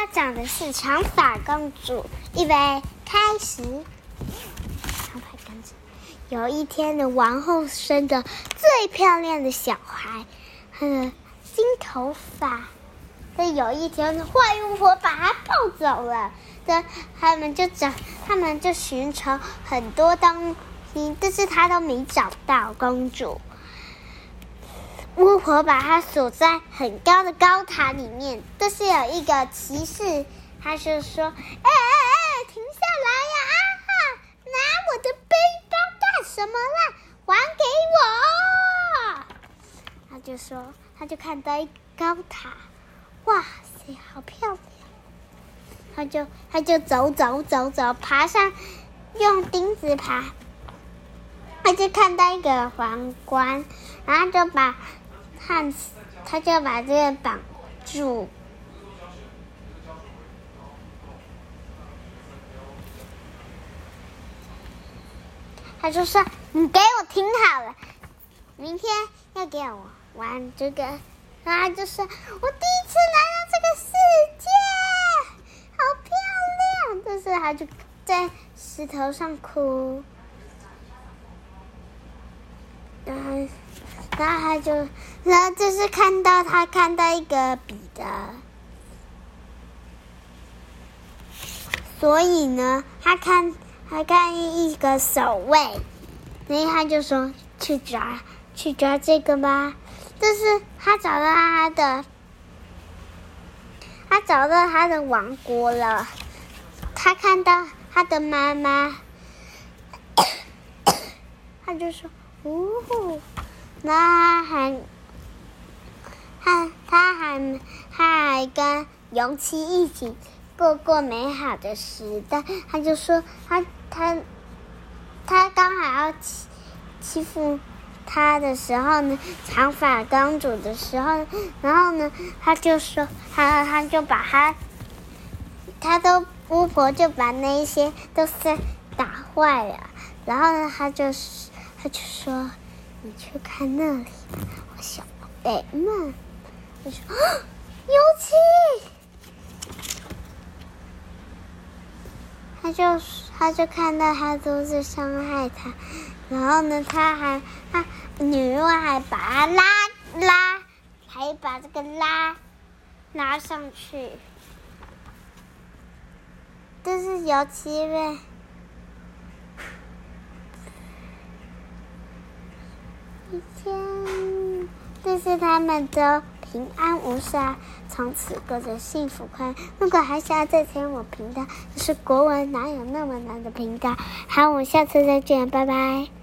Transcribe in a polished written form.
讲的是长发公主。预备，开始。长发公主有一天的王后生的最漂亮的小孩，她的金头发。但有一天，坏巫婆把她抱走了。他们就寻找很多东西，但是他都没找到公主。巫婆把她锁在很高的高塔里面，但是有一个骑士，他就说：“停下来呀！拿我的背包干什么啦？还给我！”他就看到一个高塔，哇塞，好漂亮！他就走，爬上，用钉子爬。他就看到一个皇冠，然后他就把这个绑住。他就说：“你给我听好了，明天要给我玩这个。”然后他就说：“我第一次来到这个世界。”好漂亮！但是他就在石头上哭，然后就是看到一个彼得，所以呢，他看一个守卫，所以他就说去抓这个吧。但是他找到他的王国了。他看到他的妈妈，他就说：“哦。”那他还跟勇气一起过美好的时代。他就说他刚好要欺负他的时候呢，长发公主的时候，然后呢，他就说他就把巫婆就把那些都是打坏了，然后呢，他就说你去看那里，我小宝贝们。我说勇气，他就看到他都是伤害他，然后呢，女巫还把他还把这个拉上去。但是有7位，但是他们都平安无事，从此过着幸福快乐。如果还想要再听我频道，就是国文哪有那么难的频道。好，我们下次再见，拜拜。